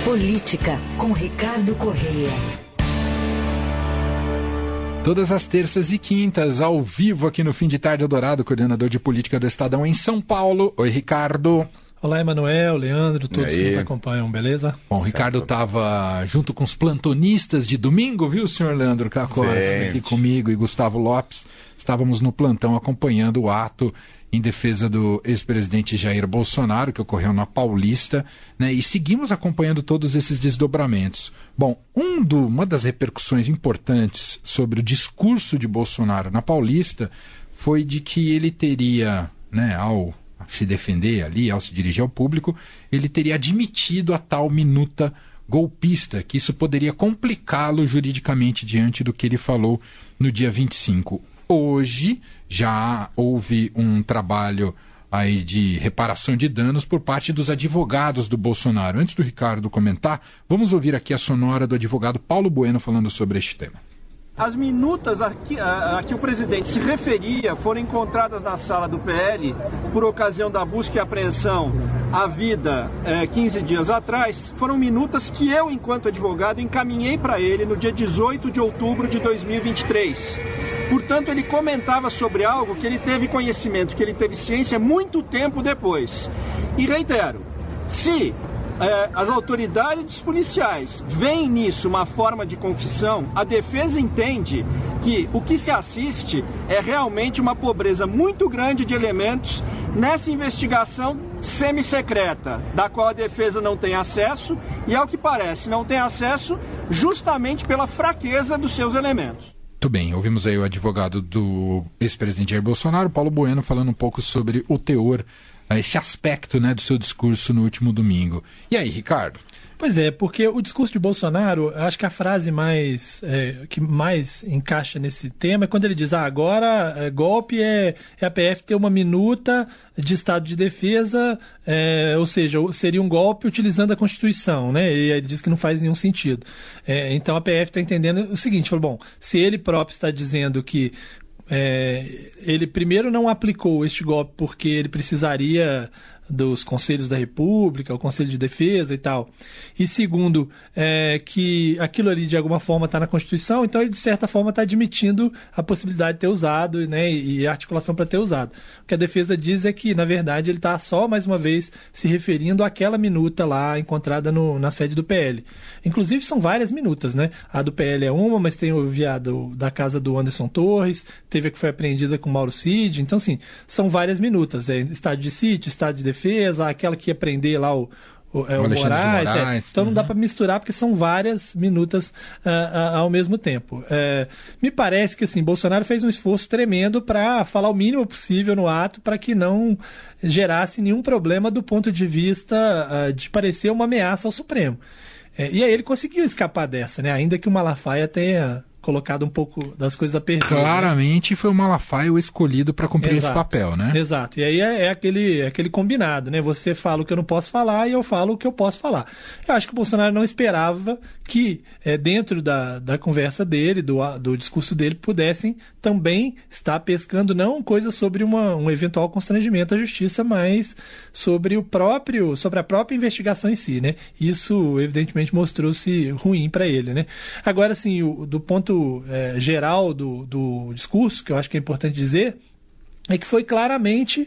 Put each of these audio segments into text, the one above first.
Política, com Ricardo Correia. Todas as terças e quintas, ao vivo aqui no Fim de Tarde Eldorado, coordenador de política do Estadão em São Paulo. Oi, Ricardo. Olá, Emanuel, Leandro, todos que nos acompanham, beleza? Bom, o Ricardo estava junto com os plantonistas de domingo, viu, senhor Leandro Cacós? Aqui comigo e Gustavo Lopes. Estávamos no plantão acompanhando o ato em defesa do ex-presidente Jair Bolsonaro, que ocorreu na Paulista, né? E seguimos acompanhando todos esses desdobramentos. Bom, uma das repercussões importantes sobre o discurso de Bolsonaro na Paulista foi de que ele teria, né, ao se defender ali, ao se dirigir ao público, ele teria admitido a tal minuta golpista, que isso poderia complicá-lo juridicamente diante do que ele falou no dia 25. Hoje já houve um trabalho aí de reparação de danos por parte dos advogados do Bolsonaro. Antes do Ricardo comentar, vamos ouvir aqui a sonora do advogado Paulo Bueno falando sobre este tema. As minutas a que o presidente se referia foram encontradas na sala do PL por ocasião da busca e apreensão havida 15 dias atrás. Foram minutas que eu, enquanto advogado, encaminhei para ele no dia 18 de outubro de 2023. Portanto, ele comentava sobre algo que ele teve conhecimento, que ele teve ciência muito tempo depois. E reitero, se as autoridades policiais veem nisso uma forma de confissão, a defesa entende que o que se assiste é realmente uma pobreza muito grande de elementos nessa investigação semi-secreta, da qual a defesa não tem acesso e, ao que parece, não tem acesso justamente pela fraqueza dos seus elementos. Muito bem, ouvimos aí o advogado do ex-presidente Jair Bolsonaro, Paulo Bueno, falando um pouco sobre o teor, esse aspecto, né, do seu discurso no último domingo. E aí, Ricardo? Pois é, porque o discurso de Bolsonaro, acho que a frase que mais encaixa nesse tema é quando ele diz, agora golpe é a PF ter uma minuta de estado de defesa, ou seja, seria um golpe utilizando a Constituição, né? E ele diz que não faz nenhum sentido. Então a PF está entendendo o seguinte, falou, bom, se ele próprio está dizendo que ele primeiro não aplicou este golpe porque ele precisaria dos Conselhos da República, o Conselho de Defesa e tal, e segundo, que aquilo ali de alguma forma está na Constituição, então ele de certa forma está admitindo a possibilidade de ter usado, né, e a articulação para ter usado. O que a defesa diz é que, na verdade, ele está só, mais uma vez, se referindo àquela minuta lá encontrada na sede do PL. Inclusive são várias minutas, né? A do PL é uma, mas tem o enviado da casa do Anderson Torres, teve a que foi apreendida com o Mauro Cid, então, assim, são várias minutas. Estado de sítio, estado de defesa, aquela que ia prender lá o Moraes. Então não dá para misturar porque são várias minutas ao mesmo tempo. Me parece que assim, Bolsonaro fez um esforço tremendo para falar o mínimo possível no ato para que não gerasse nenhum problema do ponto de vista de parecer uma ameaça ao Supremo. E aí ele conseguiu escapar dessa, né? Ainda que o Malafaia tenha colocado um pouco das coisas a perder. Claramente, né? Foi o Malafaia o escolhido para cumprir esse papel, né? Exato. E aí é aquele combinado, né? Você fala o que eu não posso falar e eu falo o que eu posso falar. Eu acho que o Bolsonaro não esperava que, dentro da conversa dele, do discurso dele, pudessem também estar pescando não coisas sobre um eventual constrangimento à justiça, mas sobre a própria investigação em si, né? Isso, evidentemente, mostrou-se ruim para ele, né? Agora, assim, do ponto geral do discurso, que eu acho que é importante dizer, é que foi claramente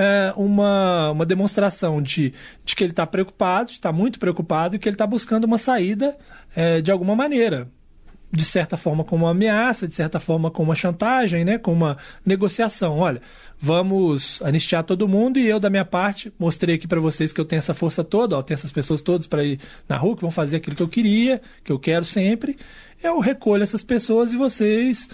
uma demonstração de que ele está preocupado, está muito preocupado e que ele está buscando uma saída de alguma maneira. De certa forma como uma ameaça, de certa forma como uma chantagem, né? Com uma negociação. Olha, vamos anistiar todo mundo e eu, da minha parte, mostrei aqui para vocês que eu tenho essa força toda, eu tenho essas pessoas todas para ir na rua, que vão fazer aquilo que eu queria, que eu quero sempre. Eu recolho essas pessoas e vocês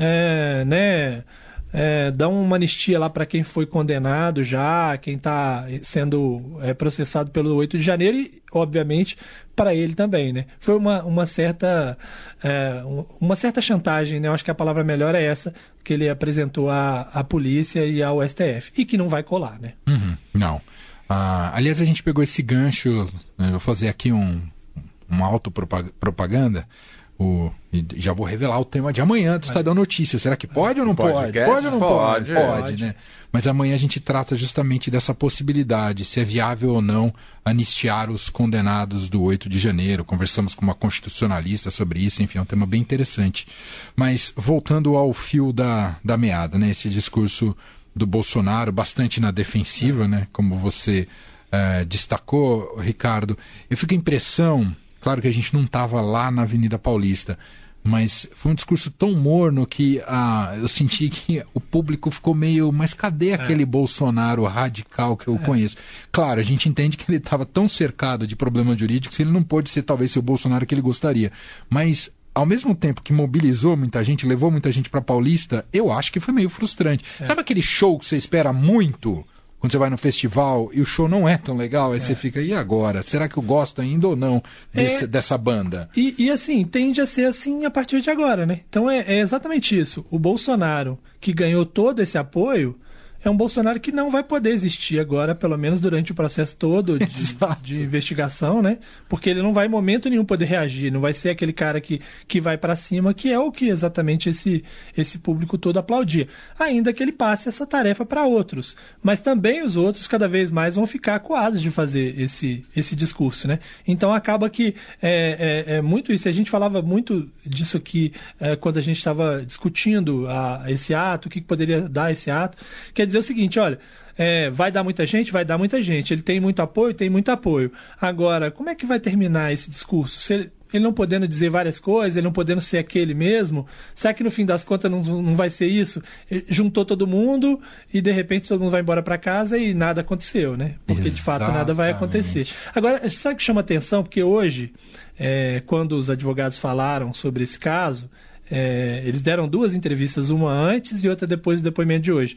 dão uma anistia lá para quem foi condenado já, quem está sendo processado pelo 8 de janeiro e, obviamente, para ele também, né? Foi uma certa chantagem, né? Eu acho que a palavra melhor é essa, que ele apresentou à polícia e ao STF, e que não vai colar, né? Não. Aliás, a gente pegou esse gancho, né? Vou fazer aqui uma autopropaganda, E já vou revelar o tema de amanhã do Estadão Notícias. Será que pode ou não pode? Pode ou não pode? Pode, né? Mas amanhã a gente trata justamente dessa possibilidade, se é viável ou não anistiar os condenados do 8 de janeiro. Conversamos com uma constitucionalista sobre isso, enfim, é um tema bem interessante. Mas voltando ao fio da meada, né? Esse discurso do Bolsonaro, bastante na defensiva, né? Como você destacou, Ricardo, eu fico com a impressão, claro que a gente não estava lá na Avenida Paulista, mas foi um discurso tão morno que eu senti que o público ficou meio, mas cadê aquele Bolsonaro radical que eu conheço? Claro, a gente entende que ele estava tão cercado de problemas jurídicos que ele não pôde ser talvez o Bolsonaro que ele gostaria, mas ao mesmo tempo que mobilizou muita gente, levou muita gente para Paulista, eu acho que foi meio frustrante. Sabe aquele show que você espera muito quando você vai no festival e o show não é tão legal? Aí você fica, e agora? Será que eu gosto ainda ou não dessa banda? E assim, tende a ser assim a partir de agora, né? Então é exatamente isso. O Bolsonaro, que ganhou todo esse apoio, é um Bolsonaro que não vai poder existir agora, pelo menos durante o processo todo de investigação, né? Porque ele não vai em momento nenhum poder reagir, não vai ser aquele cara que vai para cima, que é o que exatamente esse público todo aplaudia. Ainda que ele passe essa tarefa para outros. Mas também os outros cada vez mais vão ficar acuados de fazer esse discurso, né? Então acaba que é muito isso. A gente falava muito disso aqui quando a gente estava discutindo esse ato, o que poderia dar esse ato. Quer dizer o seguinte, olha, vai dar muita gente? Vai dar muita gente. Ele tem muito apoio? Tem muito apoio. Agora, como é que vai terminar esse discurso? Se ele não podendo dizer várias coisas, ele não podendo ser aquele mesmo, será que no fim das contas não vai ser isso? Ele juntou todo mundo e de repente todo mundo vai embora para casa e nada aconteceu, né? Porque de fato nada vai acontecer. Agora, sabe o que chama atenção? Porque hoje, quando os advogados falaram sobre esse caso, eles deram 2 entrevistas, uma antes e outra depois do depoimento de hoje.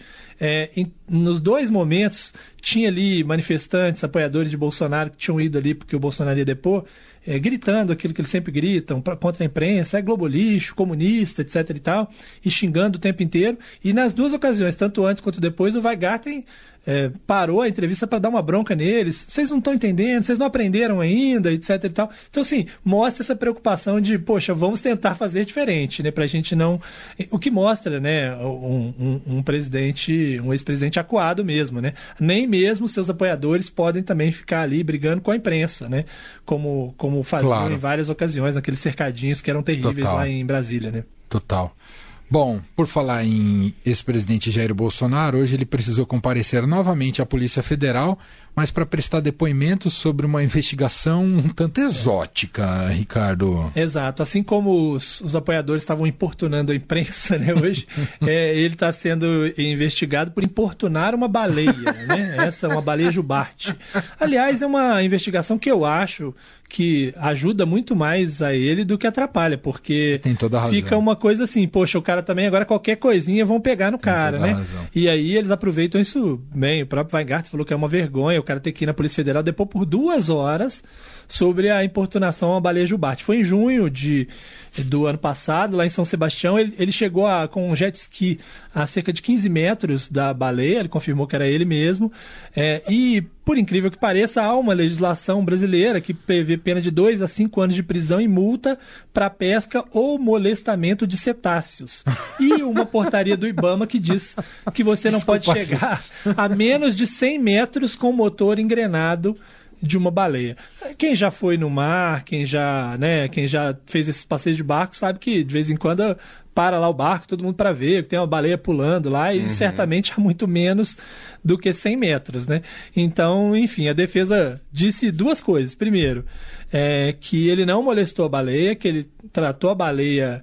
Nos 2 momentos, tinha ali manifestantes, apoiadores de Bolsonaro que tinham ido ali porque o Bolsonaro ia depor, gritando aquilo que eles sempre gritam, contra a imprensa, globo lixo, comunista, etc. e tal, e xingando o tempo inteiro. E nas 2 ocasiões, tanto antes quanto depois, o Weingarten parou a entrevista para dar uma bronca neles. Vocês não estão entendendo, vocês não aprenderam ainda, etc. e tal. Então, assim, mostra essa preocupação de, poxa, vamos tentar fazer diferente, né? Pra gente não... O que mostra, né, um ex-presidente acuado mesmo, né? Nem mesmo seus apoiadores podem também ficar ali brigando com a imprensa, né? Como faziam em várias ocasiões, naqueles cercadinhos que eram terríveis lá em Brasília, né? Total. Bom, por falar em ex-presidente Jair Bolsonaro, hoje ele precisou comparecer novamente à Polícia Federal, mas para prestar depoimento sobre uma investigação um tanto exótica, Ricardo. Exato. Assim como os apoiadores estavam importunando a imprensa, né, hoje, ele está sendo investigado por importunar uma baleia, né? Essa é uma baleia jubarte. Aliás, é uma investigação que eu acho que ajuda muito mais a ele do que atrapalha, porque tem toda a razão. Fica uma coisa assim, poxa, o cara também agora qualquer coisinha vão pegar no cara, né? E aí eles aproveitam isso bem. O próprio Weingarten falou que é uma vergonha o cara ter que ir na Polícia Federal depois por 2 horas sobre a importunação à baleia jubarte. Foi em junho do ano passado, lá em São Sebastião, ele chegou com um jet ski a cerca de 15 metros da baleia, ele confirmou que era ele mesmo, e por incrível que pareça, há uma legislação brasileira que prevê pena de 2 a 5 anos de prisão e multa para pesca ou molestamento de cetáceos. E uma portaria do IBAMA que diz que você não pode chegar a menos de 100 metros com o motor engrenado de uma baleia. Quem já foi no mar, quem já fez esses passeios de barco, sabe que de vez em quando para lá o barco, todo mundo para ver, que tem uma baleia pulando lá e certamente há muito menos do que 100 metros, né? Então, enfim, a defesa disse 2 coisas. Primeiro, que ele não molestou a baleia, que ele tratou a baleia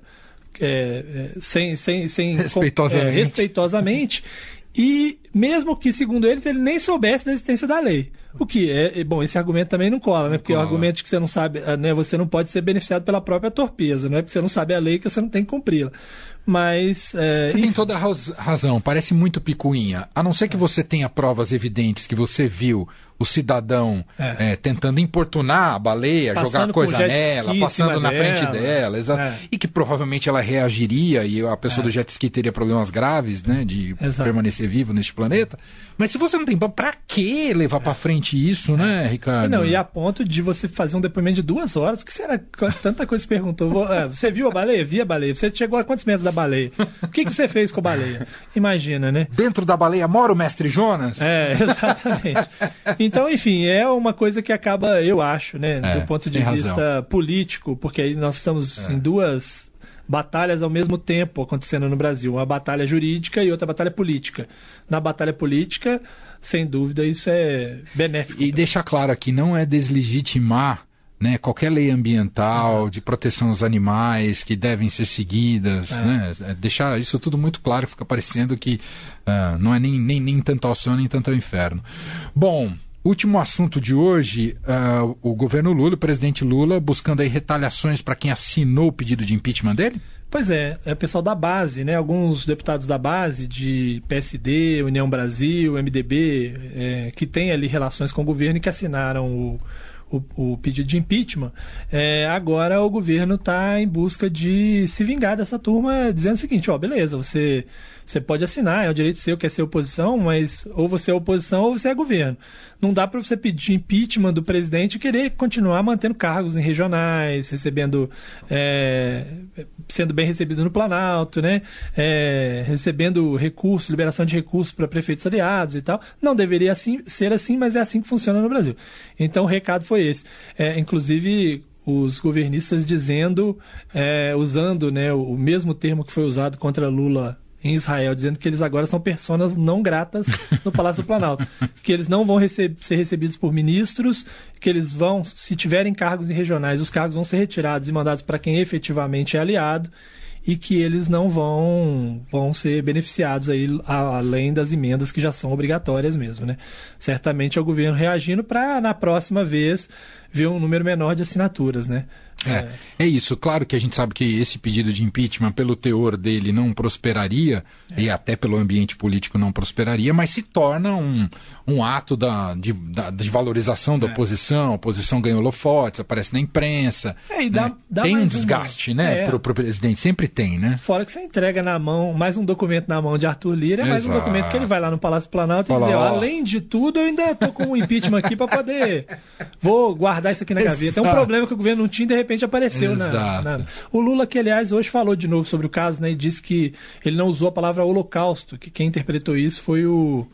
respeitosamente, e mesmo que, segundo eles, ele nem soubesse da existência da lei. O que bom, esse argumento também não cola, né? Porque o argumento de que você não sabe, né, você não pode ser beneficiado pela própria torpeza, não é porque você não sabe a lei que você não tem que cumpri-la. Mas... Você tem toda a razão, parece muito picuinha. A não ser que você tenha provas evidentes que você viu o cidadão tentando importunar a baleia, passando jogar coisa nela, passando na frente dela, e que provavelmente ela reagiria e a pessoa do jet ski teria problemas graves, né, de permanecer vivo neste planeta. Mas se você não tem pra que levar pra frente isso, né, Ricardo? Não, e a ponto de você fazer um depoimento de 2 horas, o que será? Tanta coisa se perguntou. Você viu a baleia? Vi a baleia. Você chegou a quantos metros da baleia? O que você fez com a baleia? Imagina, né? Dentro da baleia mora o mestre Jonas? Exatamente. Então, enfim, é uma coisa que acaba, eu acho, né, do ponto de vista político, porque aí nós estamos em 2 batalhas ao mesmo tempo acontecendo no Brasil. Uma batalha jurídica e outra batalha política. Na batalha política, sem dúvida, isso é benéfico. E deixar claro aqui, não é deslegitimar, né, qualquer lei ambiental, de proteção aos animais que devem ser seguidas, né, deixar isso tudo muito claro, fica parecendo que não é nem tanto ao céu, nem tanto ao inferno. Bom, último assunto de hoje, o governo Lula, o presidente Lula, buscando aí retaliações para quem assinou o pedido de impeachment dele? Pois é pessoal da base, né? Alguns deputados da base de PSD, União Brasil, MDB, que tem ali relações com o governo e que assinaram o pedido de impeachment. Agora o governo está em busca de se vingar dessa turma, dizendo o seguinte, beleza, você pode assinar, é o direito seu, quer ser oposição, mas ou você é oposição ou você é governo. Não dá para você pedir impeachment do presidente e querer continuar mantendo cargos em regionais, recebendo, sendo bem recebido no Planalto, né? Recebendo recursos, liberação de recursos para prefeitos aliados e tal. Não deveria ser assim, mas é assim que funciona no Brasil. Então o recado foi esse. Inclusive, os governistas dizendo, usando, né, o mesmo termo que foi usado contra Lula em Israel, dizendo que eles agora são personas não gratas no Palácio do Planalto, que eles não vão ser recebidos por ministros, que eles vão, se tiverem cargos regionais, os cargos vão ser retirados e mandados para quem efetivamente é aliado, e que eles não vão ser beneficiados aí, além das emendas que já são obrigatórias mesmo, né? Certamente é o governo reagindo para, na próxima vez, ver um número menor de assinaturas, né? É isso. Claro que a gente sabe que esse pedido de impeachment, pelo teor dele, não prosperaria, e até pelo ambiente político não prosperaria, mas se torna um ato de valorização da oposição. A oposição ganhou holofotes, aparece na imprensa. Dá tem um desgaste, né, pro presidente. Sempre tem, né? Fora que você entrega na mão, mais um documento na mão de Arthur Lira, mais um documento que ele vai lá no Palácio do Planalto e dizer, além de tudo, eu ainda estou com um impeachment aqui para poder... Vou guardar isso aqui na gaveta. É um problema que o governo não tinha e de repente apareceu. O Lula, que aliás hoje falou de novo sobre o caso, né, e disse que ele não usou a palavra holocausto, que quem interpretou isso foi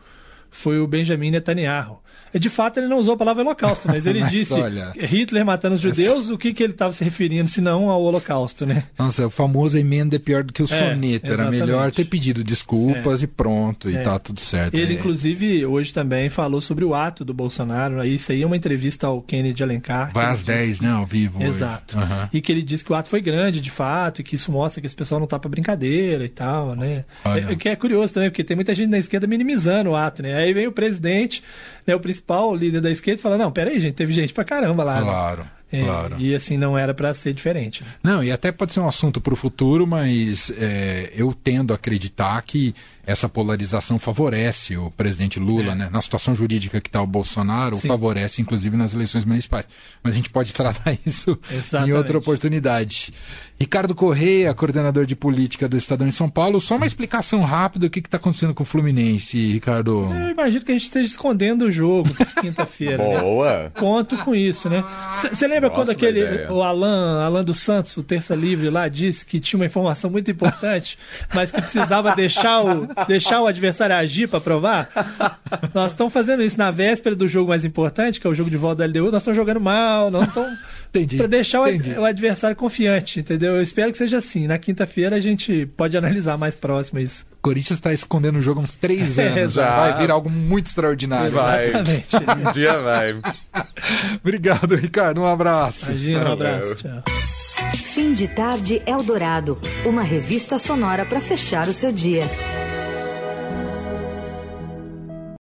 o Benjamin Netanyahu. De fato, ele não usou a palavra holocausto, mas ele disse Hitler matando os judeus, o que ele estava se referindo, se não ao holocausto, né? Nossa, o famoso emenda é pior do que o soneto. Era melhor ter pedido desculpas e pronto, e tá tudo certo. Ele, inclusive, hoje também falou sobre o ato do Bolsonaro. Isso aí é uma entrevista ao Kennedy Alencar. Vai às 10, né, ao vivo. Exato. E que ele disse que o ato foi grande, de fato, e que isso mostra que esse pessoal não tá pra brincadeira e tal, né? Que é curioso também, porque tem muita gente na esquerda minimizando o ato, né? Aí vem o presidente, né, o principal líder da esquerda, fala, não, peraí, gente, teve gente pra caramba lá. Claro. Né? Claro. E assim, não era para ser diferente. Não, e até pode ser um assunto para o futuro, mas eu tendo a acreditar que essa polarização favorece o presidente Lula, né? Na situação jurídica que está o Bolsonaro, favorece inclusive nas eleições municipais. Mas a gente pode tratar isso em outra oportunidade. Ricardo Correia, coordenador de política do Estadão em São Paulo. Só uma explicação rápida do que está acontecendo com o Fluminense, Ricardo. Eu imagino que a gente esteja escondendo o jogo quinta-feira. Boa! Né? Conto com isso, né? Você lembra quando o Alan dos Santos, o Terça Livre lá, disse que tinha uma informação muito importante, mas que precisava deixar o adversário agir para provar? Nós estamos fazendo isso na véspera do jogo mais importante, que é o jogo de volta da LDU. Nós estamos jogando mal, nós estamos... para deixar o adversário confiante, entendeu? Eu espero que seja assim. Na quinta-feira a gente pode analisar mais próximo isso. O Corinthians está escondendo o jogo há uns 3 anos. Vai vir algo muito extraordinário. Vai. Exatamente. Um dia vai. Obrigado, Ricardo. Um abraço. Imagina, um abraço. Tchau. Fim de Tarde Eldorado. Uma revista sonora para fechar o seu dia.